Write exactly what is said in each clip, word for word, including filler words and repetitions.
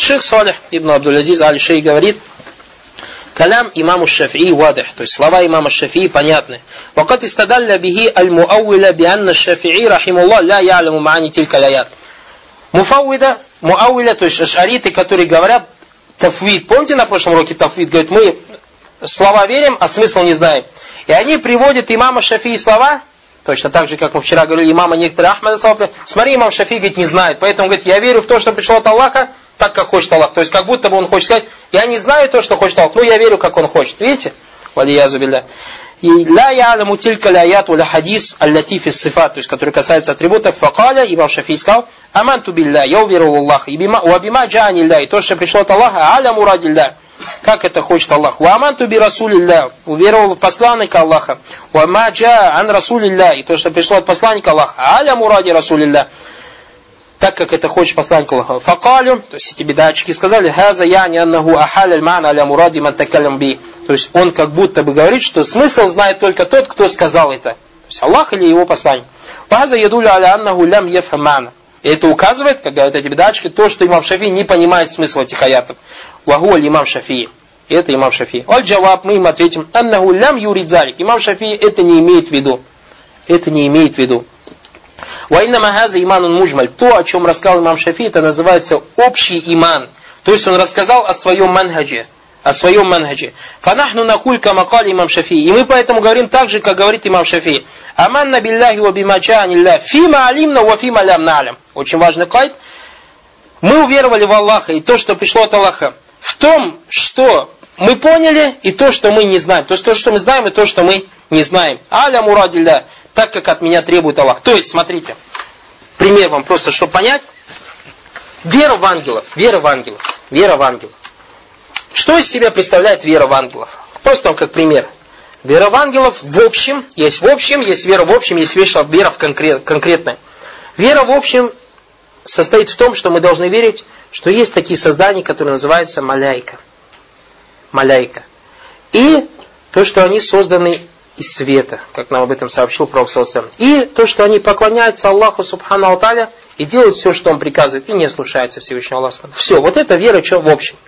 Шейх Салих ибн Абдул-Азиз аль-Шейх говорит: калям имаму Шафии вадих, то есть слова имама Шафии понятны. Вакат истадалля бихи аль-муауиля бианна Шафии рахимуллах ля я'ляму маани тилька лаят. Муфауида, муауиля, то есть ашариты, которые говорят тафвид. Помните на прошлом уроке тафвид? Говорят, мы слова верим, а смысл не знаем. И они приводят имама Шафии слова, точно так же, как мы вчера говорили, имама некоторые Ахмада слова. Смотри, имам Шафии, говорит, не знает. Поэтому, говорит, я верю в то, что пришло от Аллаха, так, как хочет Аллах. То есть, как будто бы он хочет сказать, я не знаю то, что хочет Аллах, но я верю, как он хочет. Видите? Валиязу билля. И ля я'ламу тилька лаят уля хадис аллати фи сифат, то есть, который касается атрибутов. Факаля, имам Шафии сказал, аманту билля, я уверовал в Аллаха. И вабима джаани илля, и то, что пришло от Аллаха, аля мурадилля. Как это хочет Аллах. Ва аманту би расулилля, уверовал в посланника Аллаха. Ва ма джа ан расулилля, и то, что пришло от посланника Аллаха, аля муради расулилля. Так как это хочет посланник Аллаха. Факалю, то есть эти бедачки сказали, хаза яни аннаху ахаль аль-мана аля муради ман такалям би. То есть он как будто бы говорит, что смысл знает только тот, кто сказал это. То есть Аллах или его посланник. Хаза ядуля аля аннаху лям ефхам мана. И это указывает, как говорят эти бедачки, то, что имам Шафии не понимает смысла этих аятов. Вахуа имам Шафии. И это имам Шафии. Аль-джаваб, мы им ответим, аннаху лям юрид залик. Имам Шафии это не имеет в виду. Это не имеет в виду. Вайнама хаза иманун муджмаль. То, о чем рассказал имам Шафии, это называется общий иман. То есть он рассказал о своем манхаджи. О своем манхаджи. Фанахну накуль камакали имам Шафии. И мы поэтому говорим так же, как говорит имам Шафии. Аманна билляхи ва бима джа'анилля фима алимна ва фима лям на'лям. Очень важный кайд. Мы уверовали в Аллаха и то, что пришло от Аллаха. В том, что мы поняли, и то, что мы не знаем. То есть то, что мы знаем, и то, что мы не знаем. Аля мурадилля. Так, как от меня требует Аллах. То есть, смотрите, пример вам просто, чтобы понять. Вера в ангелов, вера в ангелов, вера в ангелов. Что из себя представляет вера в ангелов? Просто вам как пример. Вера в ангелов в общем, есть в общем, есть вера в общем, есть вера в конкрет, конкретное. Вера в общем состоит в том, что мы должны верить, что есть такие создания, которые называются маляйка. Маляйка. И то, что они созданы из света, как нам об этом сообщил Пророк саллаллаху алейхи ва саллям. И то, что они поклоняются Аллаху субхану ва тааля и делают все, что Он приказывает, и не слушаются Всевышнего Аллаха. Все, вот это вера что в общем.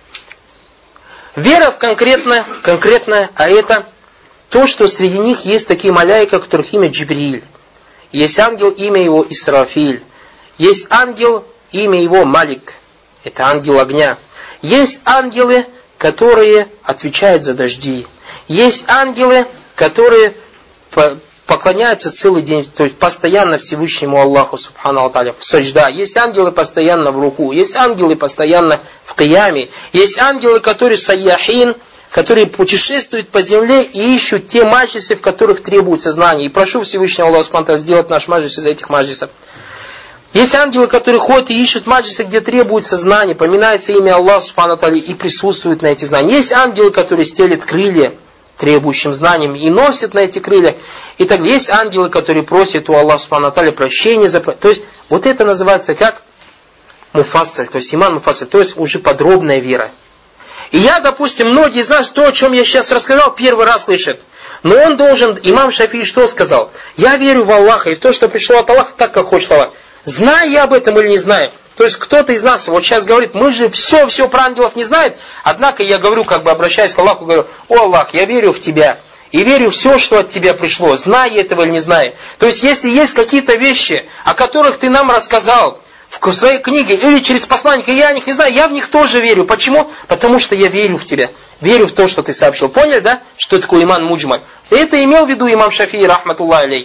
Вера в конкретное, конкретное, а это то, что среди них есть такие маляйка, у которых имя Джибриль. Есть ангел, имя его Исрафиль. Есть ангел, имя его Малик. Это ангел огня. Есть ангелы, которые отвечают за дожди. Есть ангелы, которые поклоняются целый день, то есть постоянно Всевышнему Аллаху субхану ва тааля в саджда. Есть ангелы постоянно в руку, есть ангелы постоянно в кияме, есть ангелы, которые сайяхин, которые путешествуют по земле и ищут те маджлисы, в которых требуется знание. И прошу Всевышнего Аллаха субхану ва тааля сделать наш маджлис из этих маджлисов. Есть ангелы, которые ходят и ищут маджлисы, где требуется знание, поминается имя Аллаха субхану ва тааля и присутствуют на эти знания. Есть ангелы, которые стелят крылья требующим знанием и носят на эти крылья. И так есть ангелы, которые просят у Аллаха субхану ва тааля прощения за... То есть вот это называется как муфассаль, то есть иман муфассаль, то есть уже подробная вера. И я, допустим, многие из нас то, о чем я сейчас рассказал, первый раз слышат. Но он должен, имам Шафии что сказал? Я верю в Аллаха и в то, что пришло от Аллаха, так, как хочет Аллах. Знаю я об этом или не знаю? То есть кто-то из нас вот сейчас говорит, мы же все-все про ангелов не знаем. Однако я говорю, как бы обращаясь к Аллаху, говорю, о Аллах, я верю в Тебя. И верю в все, что от Тебя пришло, знаю этого или не знаю. То есть если есть какие-то вещи, о которых Ты нам рассказал в своей книге или через посланника, я о них не знаю, я в них тоже верю. Почему? Потому что я верю в Тебя. Верю в то, что Ты сообщил. Поняли, да? Что такое иман муджмаль? И это имел в виду имам Шафии, рахматуллахи алейх.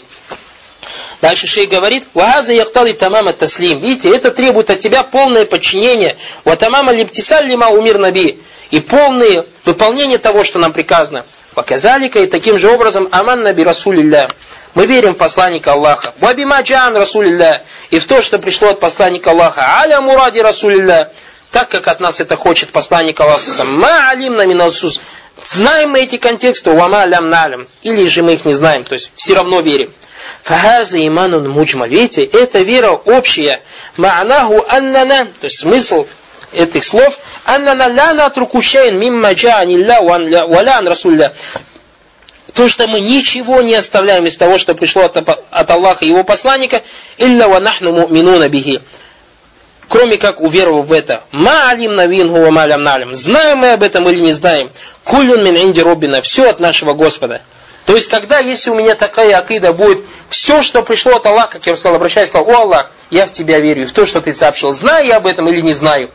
Дальше шейх говорит, «Вахаза яхтали тамама таслим». Видите, это требует от тебя полное подчинение. «Ва тамама лимтисаль лима умир наби». И полное выполнение того, что нам приказано. «Ваказалика» и таким же образом «Аман наби расулилля». Мы верим в посланника Аллаха. «Ва бима джаан расулилля». И в то, что пришло от посланника Аллаха. «Аля муради расулилля». Так, как от нас это хочет посланник Аллаха. «Ма алимна минасус». Знаем мы эти контексты, «Вама лям налям». Или же мы их не знаем, то есть все равно верим. Фахаза иманун муджмаль. Видите, это вера общая. Ма'наху аннана, то есть смысл этих слов, аннана ла натруку шай'ан мимма джа'анилля ва ла ан расулля. То, что мы ничего не оставляем из того, что пришло от, от Аллаха и его посланника, илля ва нахну му'минуна бихи. кроме как уверовав в это. Ма алим навинху ва ма лям налим. Знаем мы об этом или не знаем. Кулюн мин инди роббина. Все от нашего Господа. То есть, когда, если у меня такая акида будет, все, что пришло от Аллаха, как я вам сказал, обращаюсь, сказал: о Аллах, я в тебя верю, в то, что ты сообщил. Знаю я об этом или не знаю.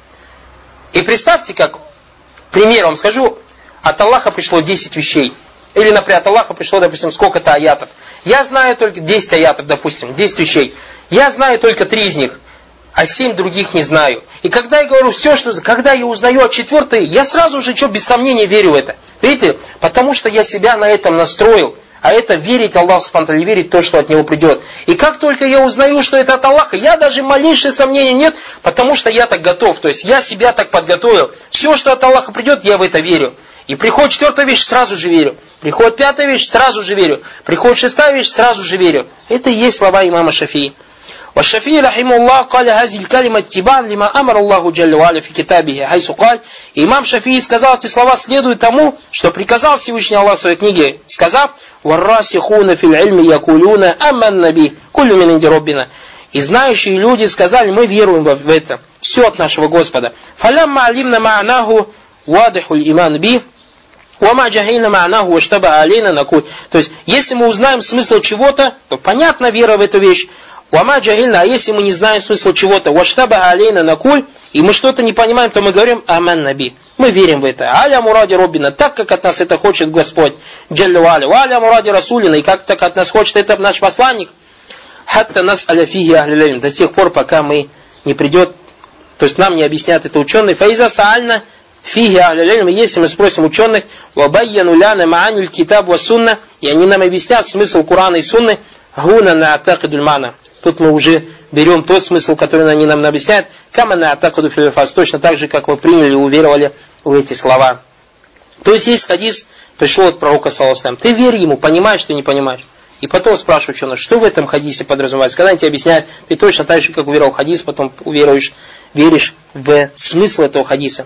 И представьте, как, пример вам скажу, от Аллаха пришло десять вещей. Или, например, от Аллаха пришло, допустим, сколько-то аятов. Я знаю только десять аятов, допустим, десять вещей. Я знаю только три из них, а семь других не знаю. И когда я говорю все, что... Когда я узнаю от четвертой, я сразу же, что, без сомнения верю в это. Видите? Потому что я себя на этом настроил. А это верить Аллаху субхану ва тааля, верить в то, что от Него придет. И как только я узнаю, что это от Аллаха, я даже малейшего сомнения нет, потому что я так готов. То есть я себя так подготовил. Все, что от Аллаха придет, я в это верю. И приходит четвертая вещь, сразу же верю. Приходит пятая вещь, сразу же верю. Приходит шестая вещь, сразу же верю. Это и есть слова имама Шафии. والشافعي رحمه الله قال هذه الكلمة اتباعا لما أمر الله جل وعلا في كتابه حيث قال. Имам Шафии сказал эти слова следует тому, что приказал Всевышний Аллах в своей книге, сказав: والراسخون في العلم يقولون آمنا به كل من عند ربنا. И знающие люди сказали: мы веруем в это, все от нашего Господа. فلما علمنا معناه واضح الإيمان به وما جهلنا معناه واشتبه علينا نقول. То есть, если мы узнаем смысл чего-то, то понятна вера в эту вещь. Вама джахильна, а если мы не знаем смысла чего-то, ваштаба алейна накуль, и мы что-то не понимаем, то мы говорим аман наби. Мы верим в это. Аля муради роббина, так как от нас это хочет Господь. Джаллю аля. Аля муради расулина, и как так от нас хочет это наш посланник. Хатта нас аля фиги ахлилейм, до тех пор, пока мы не придет, то есть нам не объяснят это ученые. Фаиза саальна фиги ахлилейм, если мы спросим ученых, вабайяну ляна мааниль китаб ва сунна, и они нам объяснят смысл Курана и Сунны, гуна на атакидуль мана. Тут мы уже берем тот смысл, который они нам объясняют. Камана атакуду филифас. Точно так же, как мы приняли и уверовали в эти слова. То есть есть хадис, пришел от пророка саллаллаху алейхи ва саллям. Ты верь ему, понимаешь, ты не понимаешь. И потом спрашивают ученых, что в этом хадисе подразумевается. Когда они тебе объясняют, ты точно так же, как уверовал в хадис, потом уверуешь, веришь в смысл этого хадиса.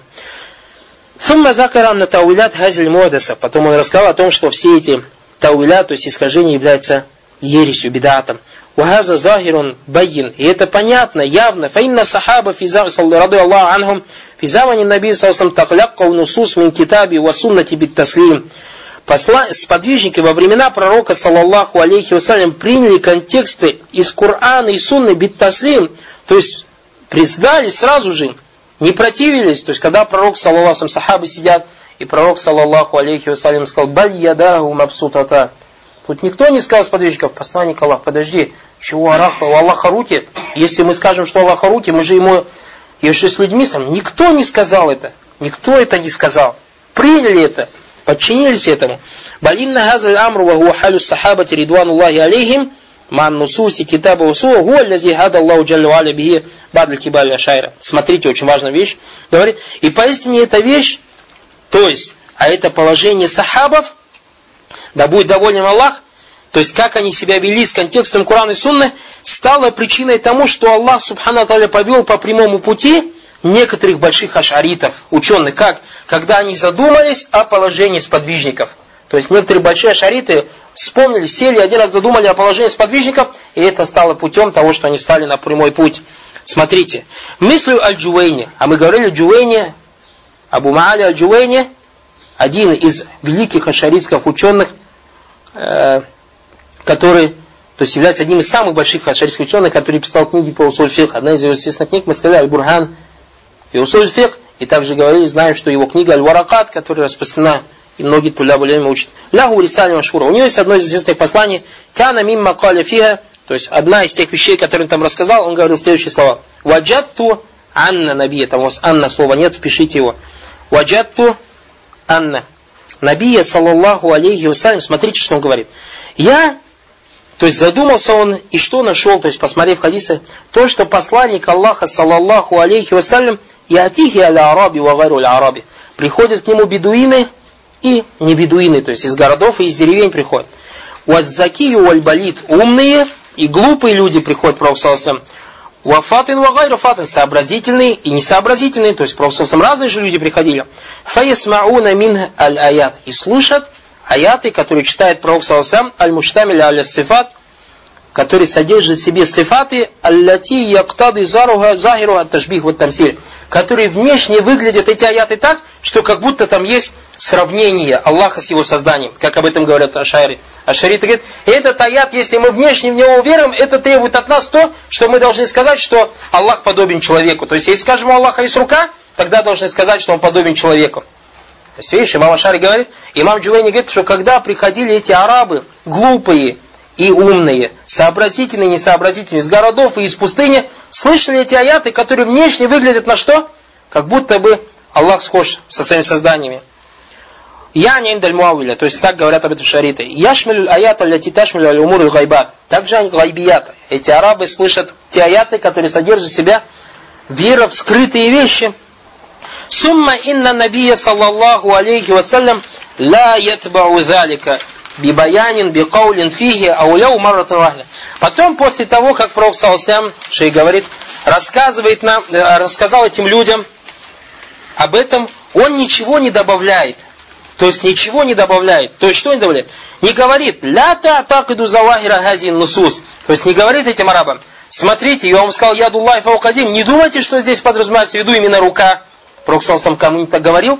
Потом он рассказал о том, что все эти тауиля, то есть исхождения, являются ересью, бидатом. وهذا ظاهر بين. И это понятно, явно. فإن الصحابة في زمن رضي الله عنهم في زمن النبي صلى الله عليه وسلم تلقوا نصوص من كتابه والسنة بالتسليم. Сподвижники во времена пророка саллаллаху алейхи вассалям приняли контексты из Корана и Сунны бит-таслим, то есть признали сразу же, не противились. То есть когда пророк саллаллаху алейхи вассалям, сахабы сидят, и пророк саллаллаху алейхи вассалям сказал: «Баль ядаху мабсутата». Тут никто не сказал сподвижников: посланник Аллах, подожди, чего Аллаха, у Аллаха руки? Если мы скажем, что у Аллаха руки, мы же ему и шли с людьми сам. Никто не сказал это. Никто это не сказал. Приняли это, подчинились этому. Балинна газаль амру ва хуа халю сахабати ридвануллахи алейхим ман нусуси китаба усуа хуа лази хада Аллаху джаллю аля бихи бадль кибаль ашайра. Смотрите, очень важная вещь. Говорит, и поистине эта вещь, то есть, а это положение сахабов, да будет доволен Аллах, то есть как они себя вели с контекстом Корана и Сунны, стало причиной тому, что Аллах субхану ва тааля повел по прямому пути некоторых больших ашаритов, ученых, как? Когда они задумались о положении сподвижников. То есть некоторые большие ашариты вспомнили, сели, один раз задумали о положении сподвижников, и это стало путем того, что они встали на прямой путь. Смотрите, мыслю аль-Джувейни, а мы говорили Джувейни, Абу Маали аль-Джувейни, один из великих ашаритских ученых, э, который, то есть является одним из самых больших ашаритских ученых, который писал книги по усуль фикх. Одна из его известных книг, мы сказали, Аль-Бурхан и усуль фикх, и также говорили, знаем, что его книга Аль-Варакат, которая распространена, и многие тулябу лильм учат. Лягу рисаль машхура. У него есть одно из известных посланий, кана мимма каля фиха, то есть одна из тех вещей, которые он там рассказал, он говорил следующие слова. Ваджатту анна набия, там у вас анна слова нет, впишите его. Ваджатту Анна. Набия, саллаллаху алейхи вассалям, смотрите, что он говорит. Я, то есть задумался он, и что нашел, то есть посмотрев хадисы, то, что посланник Аллаха, саллаллаху алейхи вассалям, и атихи аля араби ва гайру аля араби, приходят к нему бедуины и не бедуины, то есть из городов и из деревень приходят. Уадзакию вальбалит, умные и глупые люди приходят к пророку саллаллаху алейхи вассалям. Вафатин вагайру фатин, сообразительные и несообразительные, то есть просто разные же люди приходили. Фаясмауна мин аль-аят, и слушат аяты, которые читает пророк саллаллаху алейхи ва саллям, аль-муштамиль аля-сифат, который содержит в себе сифаты, аллати яктады захиру ат-ташбих ва тамсиль, которые внешне выглядят эти аяты так, что как будто там есть сравнение Аллаха с его созданием, как об этом говорят ашари. Ашари говорит, этот аят, если мы внешне в него верим, это требует от нас то, что мы должны сказать, что Аллах подобен человеку. То есть, если скажем, у Аллаха есть рука, тогда должны сказать, что он подобен человеку. То есть, видишь, имам Ашари говорит, имам Джувайни говорит, что когда приходили эти арабы, глупые и умные, сообразительные и несообразительные, из городов и из пустыни, слышали эти аяты, которые внешне выглядят на что? Как будто бы Аллах схож со своими созданиями. Я не индаль муавиля, то есть так говорят об этом шариты. Яшмилюль аята ляти ташмилю аль умуру гайбат. Также они гайбията. Эти арабы слышат те аяты, которые содержат в себя вера в скрытые вещи. Сумма инна набия саллаллаху алейхи вассалям ла ятбау залика бибаянин бикаулин фихи ауляу марратан вахда. Потом, после того, как пророк саллаллаху шей говорит, рассказывает нам, рассказал этим людям об этом, он ничего не добавляет. То есть ничего не добавляет. То есть что не добавляет? Не говорит ля та'такиду завахира газин нусус. То есть не говорит этим арабам, смотрите, я вам сказал ядуллахи фаукадим, не думайте, что здесь подразумевается в виду именно рука. Пророк саллаллаху кому-нибудь так говорил.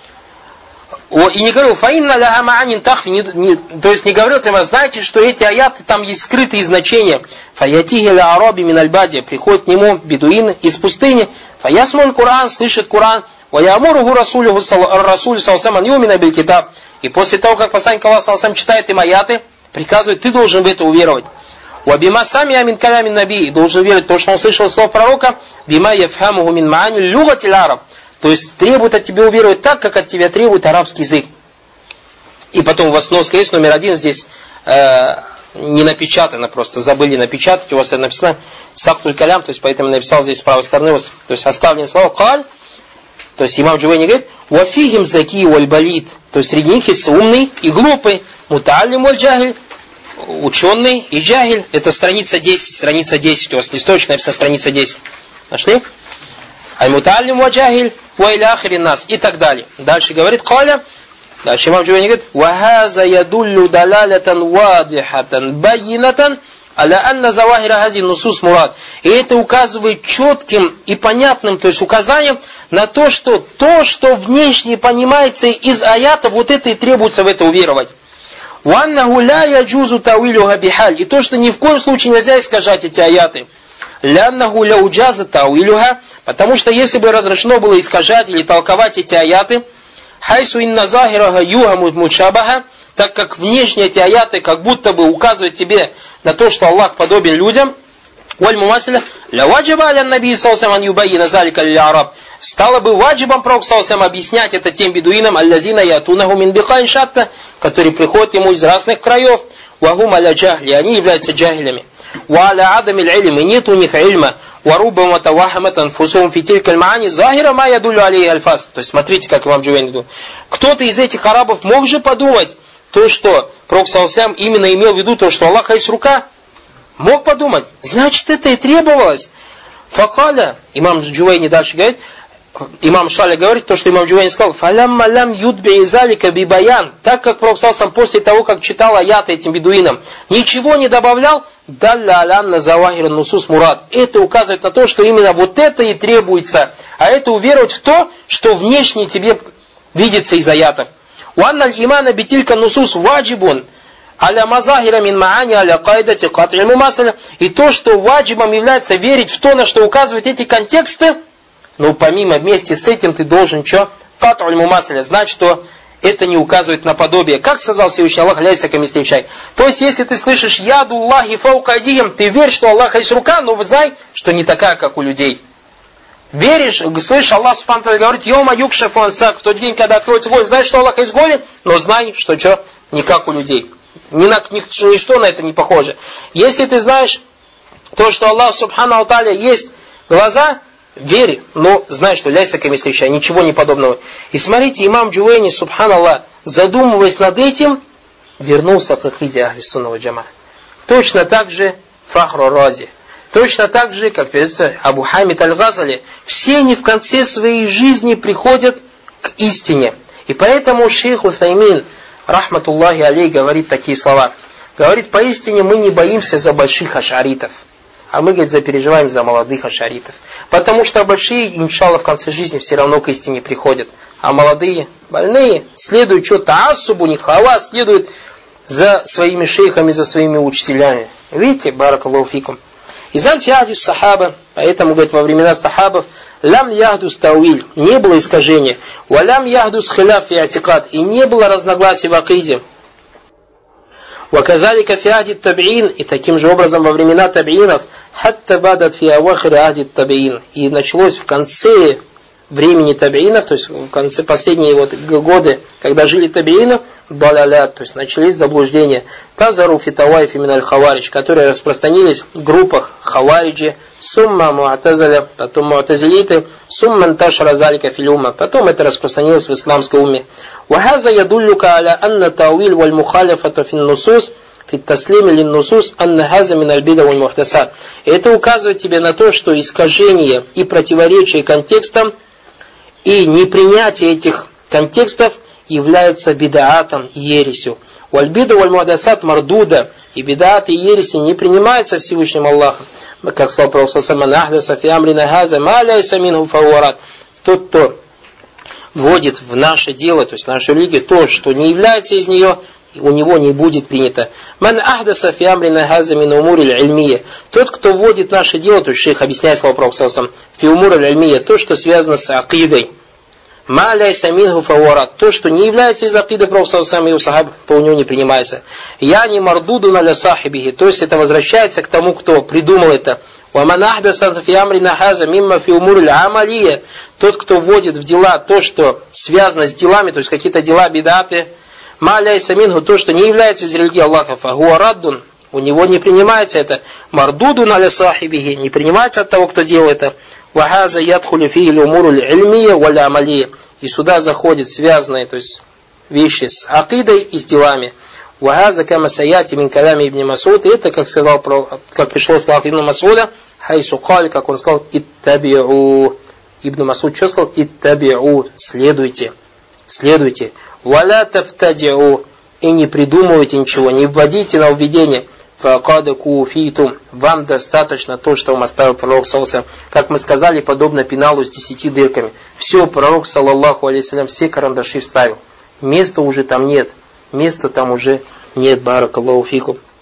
И не говорил фаинна ля маанин тахфи, то есть не говорил тем, знаете, что эти аяты, там есть скрытые значения. Фаятихи ля араби мин аль-бадия, приходит к нему бедуин из пустыни. Фаясмун Кур'ан, слышит Кур'ан. وَيَأْمُرُهُ رَسُولُهُ الرَّسُولُ صَلَّى يُؤْمِنَ بِالْكِتَابِ. И после того, как посланник Аллаха саллаллаху читает им аяты, приказывает, ты должен в это уверовать. وَبِمَا سَمِعَ مِنْ كَلَامِ النَّبِيِّ, должен верить то, что он слышал слов пророка, بِمَا يَفْهَمُهُ مِنْ مَعَانِ اللُّغَةِ الْعَرَبِ, то есть требует от тебя уверовать так, как от тебя требует арабский язык. И потом у вас сноска есть, номер один здесь э, не напечатано, просто забыли напечатать, у вас это написано сахтуль калям, то есть поэтому написал здесь с правой стороны, то есть оставлены слова каль. То есть имам Джувайни говорит, «Вафихим заки валь балид», то есть среди них есть умный и глупый, «Муталлим валь джахиль», ученый и джахиль. Это страница десять, страница десять, у вас листочек написано страница десять. Нашли? «Аль-муталлим валь джахиль, ва иля ахири нас», и так далее. Дальше говорит, «Каля», дальше имам Джувайни говорит, «Вахаза ядуллю далалятан вадихатан байинатан, аля анна завахира хази нусус мурад». И это указывает четким и понятным, то есть указанием на то, что то, что внешне понимается из аята, вот это и требуется в это уверовать. Уаннаху ля яджузу тауилюха бихаль. И то, что ни в коем случае нельзя искажать эти аяты. Ляннаху ля уджаза тауилюха. Потому что если бы разрешено было искажать или толковать эти аяты, хайсу инна захираха юхаму мучабаха, так как внешне эти аяты как будто бы указывают тебе на то, что Аллах подобен людям, валь-мумасиля, ля ваджиба аля наби салсам ан юбайина залика ля араб. Стало бы ваджибом пророк салсам объяснять это тем бедуинам, аллазина ятунаху мин бихайн шатта, которые приходят ему из разных краев, вагум аля джахли, они являются джахилями. Ва аля адами иль-илм, и нет у них ильма, ва руббама тавахамат анфусухум фи тилька аль-маани захира ма ядулю алейхи аль-фас. То есть смотрите, как имам Джувайни говорит. Кто-то из этих арабов мог же подумать, то, что пророк саллаллаху именно имел в виду то, что Аллаха есть рука, мог подумать, значит это и требовалось. Факаля, имам Джувайни дальше говорит, имам Шаля говорит, то, что имам Джувайни сказал, фалямма лям юдби изалика бибаян, так как пророк саллаллаху после того, как читал аяты этим бедуинам, ничего не добавлял, далля алянна завахира нусус мурад. Это указывает на то, что именно вот это и требуется, а это уверовать в то, что внешне тебе видится из аятов. Уанна аль-имана битилька нусус ваджибун аля мазахира мин маани аля кайдати катриль мумасаля. И то, что ваджибом является верить в то, на что указывают эти контексты, но помимо, вместе с этим ты должен что? Катриль мумасаля, знать, что это не указывает на подобие. Как сказал Всевышний Аллах, ляйся камисличай. То есть, если ты слышишь ядуллахи фаукадием, ты веришь, что Аллах есть рука, но знай, что не такая, как у людей. Веришь, слышишь, Аллах субхану ва тааля говорит, йома юкшафу ан сак, в тот день, когда откроется голень, знаешь, что Аллах есть голень, но знай, что что, не как у людей. Ни на, ни, ничто на это не похоже. Если ты знаешь то, что Аллах субхану ва тааля есть глаза, верь, но знай, что ляйся камисличай, ничего не подобного. И смотрите, имам Джувайни, субханаллах, задумываясь над этим, вернулся к акиде ахли сунна валь джамаа. Точно так же Фахру Рази. Точно так же, как говорится, Абу Хамид аль-Газали, все они в конце своей жизни приходят к истине. И поэтому шейх Утаймин, рахматуллахи алей, говорит такие слова. Говорит, поистине мы не боимся за больших ашаритов. А мы, говорит, запереживаем за молодых ашаритов. Потому что большие, иншаллах, в конце жизни все равно к истине приходят. А молодые, больные, следуют что-то асубу, не хава, следуют за своими шейхами, за своими учителями. Видите, баракаллаху фикум. Изан фиадис сахаба, поэтому, говорит, во времена сахабов, лям яхдус тауиль, не было искажения. Валям яхдус хиляф и атикад, и не было разногласий в акиде. Ваказалика фиадит табиин, и таким же образом во времена табиинов, хатта бадат фи авахири адит табиин, и началось в конце времени табиинов, то есть в конце последние вот годы, когда жили табиинов, балалят, то есть начались заблуждения. Тазару фитавайфи миналь хаваридж, которые распространились в группах хавариджи, сумма муатазаля, потом муатазилиты, сумма анташара залика филюма, потом это распространилось в исламской уме. Вахаза ядуллюка аля анна тауиль валь мухалифата фин нусус, фит таслими лин нусус, анна хаза миналь бида валь мухдасат. Это указывает тебе на то, что искажение и противоречие контекстам и непринятие этих контекстов является бидаатом и ересью. Вальбида валь мухдасат мардуда, и бидаат и ереси не принимаются Всевышним Аллахом. Как сказал Пророк саллаллаху алейхи ва саллям, тот, кто вводит в наше дело, то есть в нашу религию, то, что не является из нее, у него не будет принято. Ман ахдаса фи амрина хаза мин умурил ильмия. Тот, кто вводит в наше дело, то есть шейх объясняет слова Пророка саллаллаху алейхи ва саллям, фи умурил ильмия, то, что связано с акидой. Ма ляйса минху фаворат, то, что не является из акиды Пророка саллаллаху алейхи ва саллям и у сахаб, то у него не принимается. Я не мардуду на ля сахибихи, то есть это возвращается к тому, кто придумал это. Ваман ахдаса фи амрина хаза мимма фи умурил амалия. Тот, кто вводит в дела то, что связано с делами, то есть какие-то дела бидаты, ма ляйса минху, то, что не является из религии Аллаха, фагуараддун, у него не принимается это. Мардуду на ля сахибихи, не принимается от того, кто делает это. Вахаза ядхули фи умуру ильмия валь амалия. И сюда заходят связанные, то есть вещи с акидой и с делами. Вахаза кама саяти мин калями ибн Масуд. И это, как сказал, как пришло слова ибн Масуда, хайсу каль, как он сказал, иттабиу. Ибн Масуд что сказал? Иттабиу. Следуйте. Следуйте. Валя таптадиу. И не придумывайте ничего, не вводите на введение. Факада куфитум. Вам достаточно то, что вам оставил Пророк саллаллаху алейхи ва саллям. Как мы сказали, подобно пеналу с десяти дырками. Все, Пророк саллаллаху алейхи ва саллям все карандаши вставил. Места уже там нет. Места там уже нет. Баракаллаху фикум.